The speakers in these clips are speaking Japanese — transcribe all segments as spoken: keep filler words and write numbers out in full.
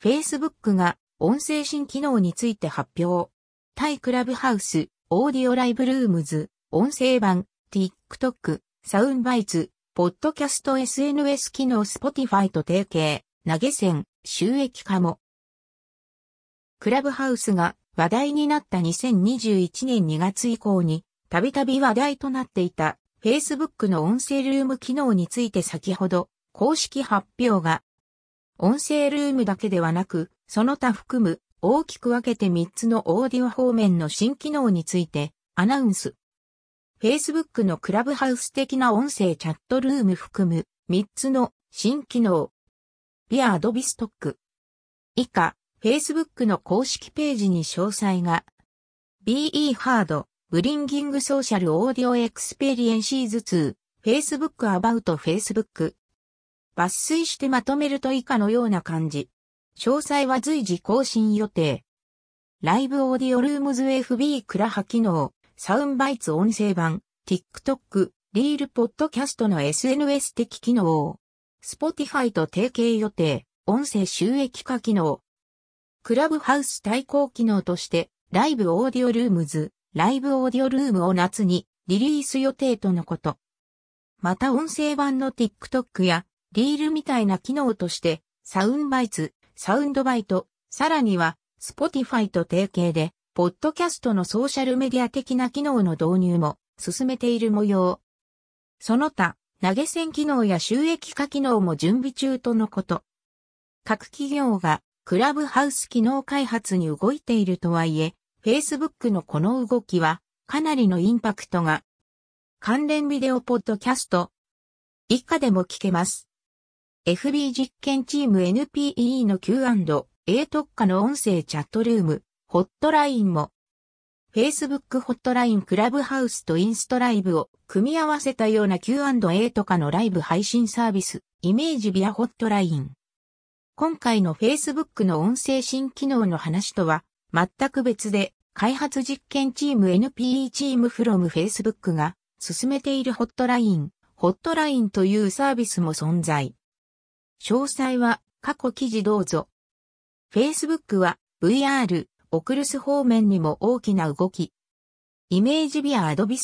Facebook が音声新機能について発表。対クラブハウス、オーディオライブルームズ、音声版、TikTok、サウンバイツ、ポッドキャスト エスエヌエス 機能 Spotify と提携、投げ銭、収益化も。クラブハウスが話題になったにせんにじゅういちねんにがつ以降に、たびたび話題となっていた Facebook の音声ルーム機能について先ほど公式発表が、音声ルームだけではなく、その他含む大きく分けてみっつのオーディオ方面の新機能についてアナウンス。Facebook のクラブハウス的な音声チャットルーム含むみっつの新機能。via Adobe Stock。以下、Facebook の公式ページに詳細が。ビーイー Hard、Bringing Social Audio Experiences to Facebook About Facebook。抜粋してまとめると以下のような感じ。詳細は随時更新予定。ライブオーディオルームズ エフビー クラハ機能、サウンバイツ音声版、TikTok、リールポッドキャストの エスエヌエス 的機能。Spotify と提携予定、音声収益化機能。クラブハウス対抗機能として、ライブオーディオルームズ、ライブオーディオルームを夏にリリース予定とのこと。また音声版の TikTok や、リールみたいな機能として、サウンバイツ、サウンドバイト、さらには、Spotify と提携で、ポッドキャストのソーシャルメディア的な機能の導入も進めている模様。その他、投げ銭機能や収益化機能も準備中とのこと。各企業がクラブハウス機能開発に動いているとはいえ、Facebook のこの動きはかなりのインパクトが。関連ビデオポッドキャスト。以下でも聞けます。エフビー 実験チーム エヌピーイー の キューアンドエー 特化の音声チャットルーム、ホットラインも。Facebook ホットラインクラブハウスとインストライブを組み合わせたような キューアンドエー とかのライブ配信サービス、イメージビアホットライン。今回の Facebook の音声新機能の話とは全く別で、開発実験チーム エヌピーイー チーム from Facebook が進めているホットライン、ホットラインというサービスも存在。詳細は過去記事どうぞ。Facebook は ブイアール、オクルス方面にも大きな動き。イメージビア Adobe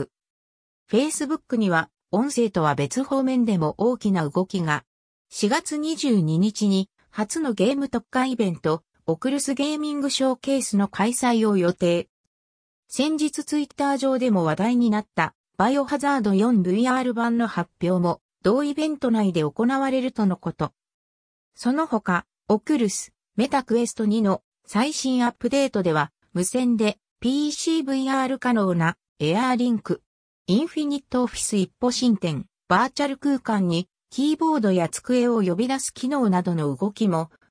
Stock。Facebook には音声とは別方面でも大きな動きが。しがつにじゅうににちに初のゲーム特化イベント、オクルスゲーミングショーケースの開催を予定。先日ツイッター上でも話題になったバイオハザードフォー ブイアール 版の発表も同イベント内で行われるとのこと。その他、オクルス、メタクエストツーの最新アップデートでは無線で ピーシーブイアール 可能なエアーリンク、インフィニットオフィス一歩進展、バーチャル空間にキーボードや机を呼び出す機能などの動きも